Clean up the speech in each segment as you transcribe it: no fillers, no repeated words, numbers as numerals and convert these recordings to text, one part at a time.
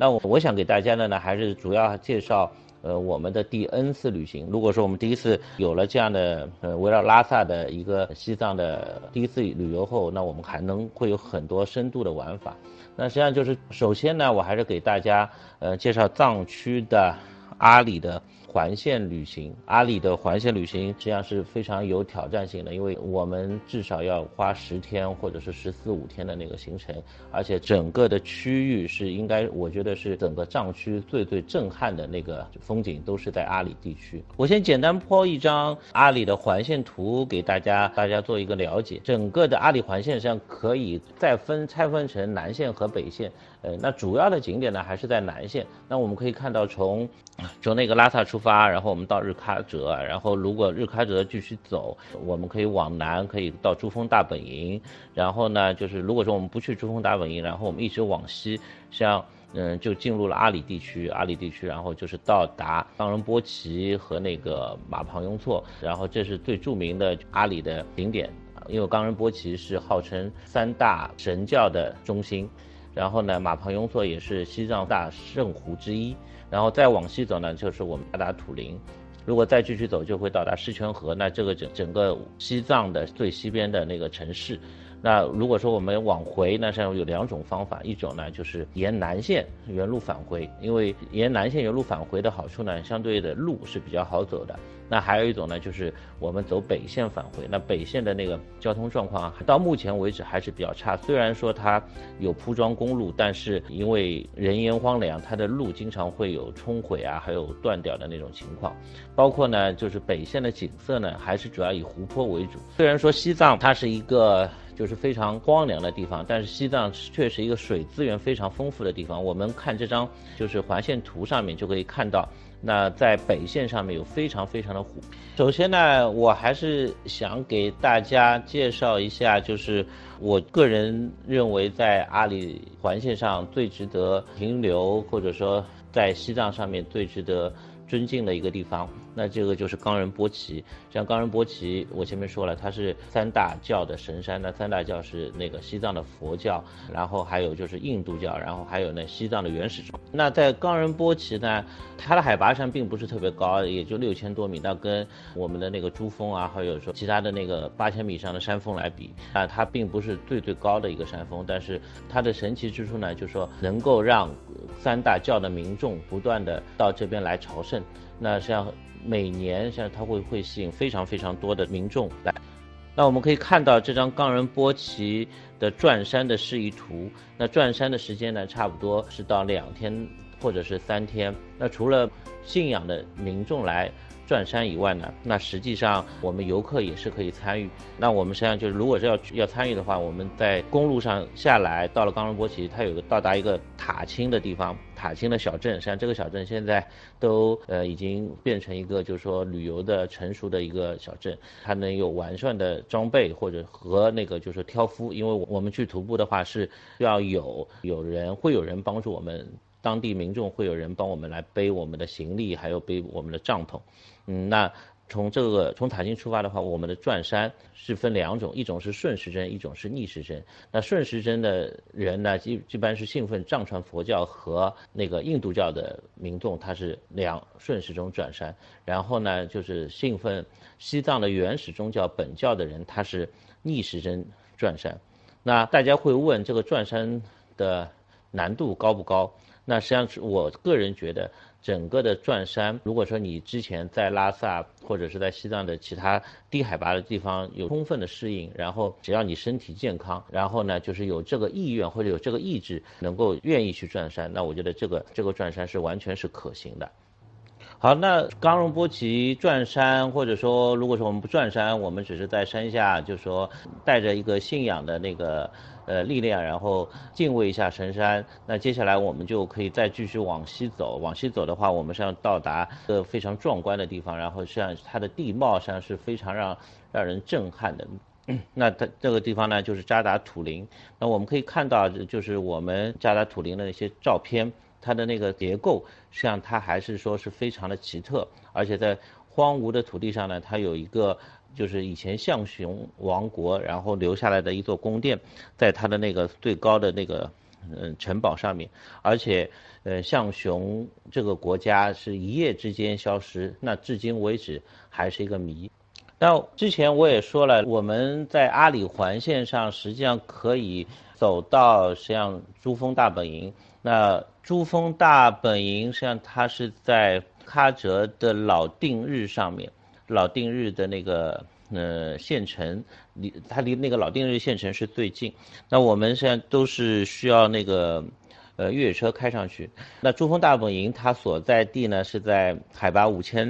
那我想给大家的呢，还是主要介绍我们的第 N 次旅行。如果说我们第一次有了这样的围绕拉萨的一个西藏的第一次旅游后，那我们还会有很多深度的玩法。那实际上就是首先呢，我还是给大家介绍藏区的阿里的环线旅行。阿里的环线旅行实际上是非常有挑战性的，因为我们至少要花10天或者是14、15天的那个行程，而且整个的区域是应该，我觉得是整个藏区最震撼的那个风景都是在阿里地区。我先简单抛一张阿里的环线图给大家做一个了解。整个的阿里环线上可以再拆分成南线和北线。那主要的景点呢还是在南线。那我们可以看到从那个拉萨出发，然后我们到日喀则，然后如果日喀则继续走，我们可以往南，可以到珠峰大本营。然后呢，就是如果说我们不去珠峰大本营，然后我们一直往西，像就进入了阿里地区，然后就是到达冈仁波齐和那个玛旁雍措，然后这是最著名的阿里的景点，因为冈仁波齐是号称3大神教的中心。然后呢，玛旁雍措也是西藏大圣湖之一。然后再往西走呢，就是我们扎达土林。如果再继续走，就会到达狮泉河。那这个整个西藏的最西边的那个城市。那如果说我们往回，那实际上有2种方法，一种呢就是沿南线原路返回，因为沿南线原路返回的好处呢，相对的路是比较好走的。那还有一种呢，就是我们走北线返回。那北线的那个交通状况到目前为止还是比较差，虽然说它有铺装公路，但是因为人烟荒凉，它的路经常会有冲毁啊，还有断掉的那种情况。包括呢，就是北线的景色呢，还是主要以湖泊为主。虽然说西藏它是一个就是非常荒凉的地方，但是西藏却是一个水资源非常丰富的地方。我们看这张就是环线图上面就可以看到，那在北线上面有非常的湖。首先呢，我还是想给大家介绍一下，就是我个人认为在阿里环线上最值得停留，或者说在西藏上面最值得尊敬的一个地方，那这个就是冈仁波齐。像冈仁波齐，我前面说了，它是3大教的神山。那3大教是那个西藏的佛教，然后还有就是印度教，然后还有呢西藏的原始宗。那在冈仁波齐呢，它的海拔上并不是特别高，也就6000多米。那跟我们的那个珠峰啊，还有说其他的那个8000米以上的山峰来比，它并不是最高的一个山峰。但是它的神奇之处呢，就是说能够让3大教的民众不断的到这边来朝圣。那像每年像它会吸引非常多的民众来。那我们可以看到这张冈仁波齐的转山的示意图。那转山的时间呢，差不多是到2天或者是3天。那除了信仰的民众来转山以外呢，那实际上我们游客也是可以参与。那我们实际上就是如果是要参与的话，我们在公路上下来到了冈仁波齐，它有到达一个塔钦的地方，塔钦的小镇。实际上这个小镇现在都已经变成一个就是说旅游的成熟的一个小镇，它能有完善的装备或者和那个就是挑夫，因为我们去徒步的话是要有人帮助我们，当地民众会有人帮我们来背我们的行李，还有背我们的帐篷。那从塔钦出发的话，我们的转山是分2种，一种是顺时针，一种是逆时针。那顺时针的人呢，基本是信奉藏传佛教和那个印度教的民众，他是顺时钟转山。然后呢，就是信奉西藏的原始宗教本教的人，他是逆时针转山。那大家会问这个转山的难度高不高？那实际上是我个人觉得，整个的转山，如果说你之前在拉萨或者是在西藏的其他低海拔的地方有充分的适应，然后只要你身体健康，然后呢就是有这个意愿或者有这个意志，能够愿意去转山，那我觉得这个转山是完全是可行的。好，那冈仁波齐转山，或者说如果说我们不转山，我们只是在山下，就是说带着一个信仰的那个力量，然后敬畏一下神山。那接下来我们就可以再继续往西走。往西走的话，我们是要到达一个非常壮观的地方，然后实际上它的地貌上是非常让人震撼的。那它这个地方呢，就是扎达土林。那我们可以看到，就是我们扎达土林的那些照片。它的那个结构，实际上它还是说是非常的奇特，而且在荒芜的土地上呢，它有一个就是以前象雄王国然后留下来的一座宫殿，在它的那个最高的那个城堡上面，而且象雄这个国家是一夜之间消失，那至今为止还是一个谜。那之前我也说了，我们在阿里环线上实际上可以走到实际上珠峰大本营。那珠峰大本营实际上它是在喀什的老定日上面，老定日的那个县城，它离那个老定日县城是最近。那我们现在都是需要那个越野车开上去。那珠峰大本营它所在地呢是在海拔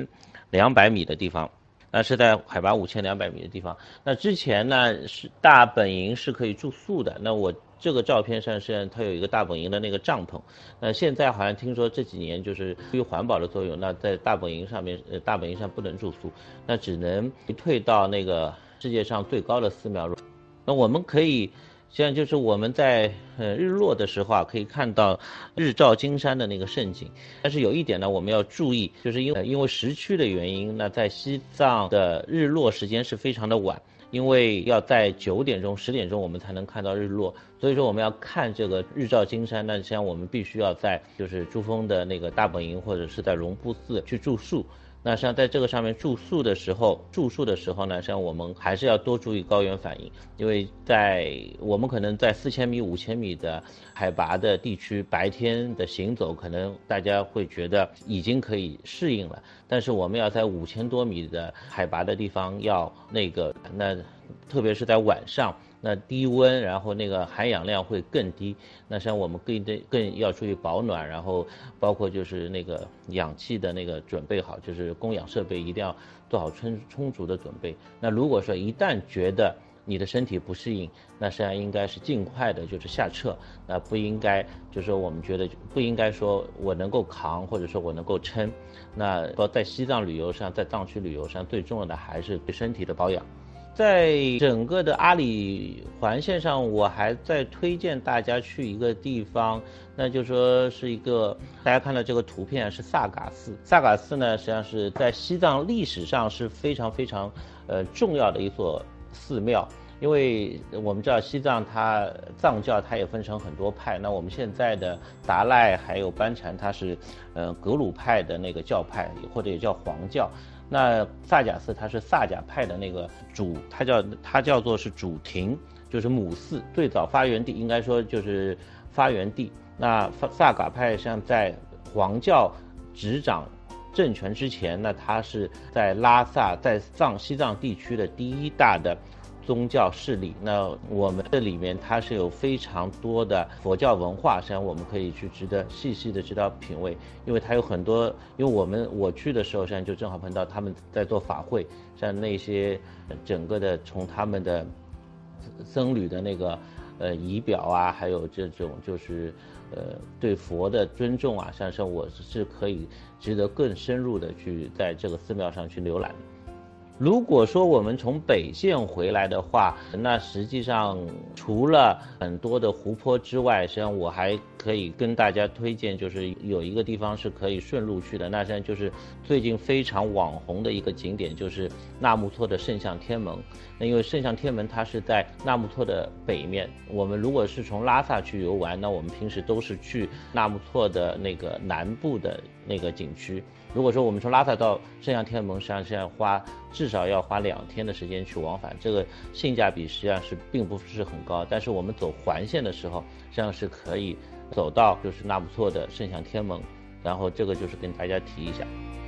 5200米的地方。那是在海拔5200米的地方。那之前呢是大本营是可以住宿的。那我这个照片上是它有一个大本营的那个帐篷。那现在好像听说这几年就是出于环保的作用，那在大本营上面，大本营上不能住宿，那只能退到那个世界上最高的寺庙。那我们可以。现在就是我们在日落的时候啊，可以看到日照金山的那个盛景。但是有一点呢，我们要注意，就是因为时区的原因，那在西藏的日落时间是非常的晚，因为要在9点钟、10点钟我们才能看到日落。所以说我们要看这个日照金山，那实际上我们必须要在就是珠峰的那个大本营或者是在绒布寺去住宿。那实际上在这个上面住宿的时候呢，实际上我们还是要多注意高原反应，因为我们可能在4000米、5000米的海拔的地区，白天的行走可能大家会觉得已经可以适应了，但是我们要在5000多米的海拔的地方那特别是在晚上。那低温，然后那个含氧量会更低。那像我们更要注意保暖，然后包括就是那个氧气的那个准备好，就是供氧设备一定要做好充足的准备。那如果说一旦觉得你的身体不适应，那实际上应该是尽快的就是下撤。那不应该就是说我们觉得不应该说我能够扛，或者说我能够撑。那说在西藏旅游上，在藏区旅游上，最重要的还是对身体的保养。在整个的阿里环线上，我还在推荐大家去一个地方，那就说是一个大家看到这个图片是萨嘎寺。萨嘎寺呢，实际上是在西藏历史上是非常非常重要的一所寺庙。因为我们知道西藏藏教它也分成很多派，那我们现在的达赖还有班禅，它是格鲁派的那个教派，或者也叫黄教。那萨贾寺它是萨贾派的那个它叫做是主庭，就是母寺，最早发源地应该说就是发源地。那萨嘎派实际上在黄教执掌政权之前，那它是在拉萨，在西藏地区的第一大的宗教势力。那我们这里面它是有非常多的佛教文化，实际上我们可以去细细的知道品味，因为它有很多，因为我去的时候，实际上就正好碰到他们在做法会，像那些整个的从他们的僧侣的那个仪表啊，还有这种就是对佛的尊重啊，像是我是可以值得更深入的去在这个寺庙上去浏览的。如果说我们从北线回来的话，那实际上除了很多的湖泊之外，实际上我还可以跟大家推荐，就是有一个地方是可以顺路去的，那实际上就是最近非常网红的一个景点，就是纳木错的圣象天门。那因为圣象天门它是在纳木错的北面，我们如果是从拉萨去游玩，那我们平时都是去纳木错的那个南部的那个景区。如果说我们从拉萨到圣象天门，实际上是至少要花2天的时间去往返，这个性价比实际上是并不是很高。但是我们走环线的时候，实际上是可以走到就是纳木错的圣象天门，然后这个就是跟大家提一下。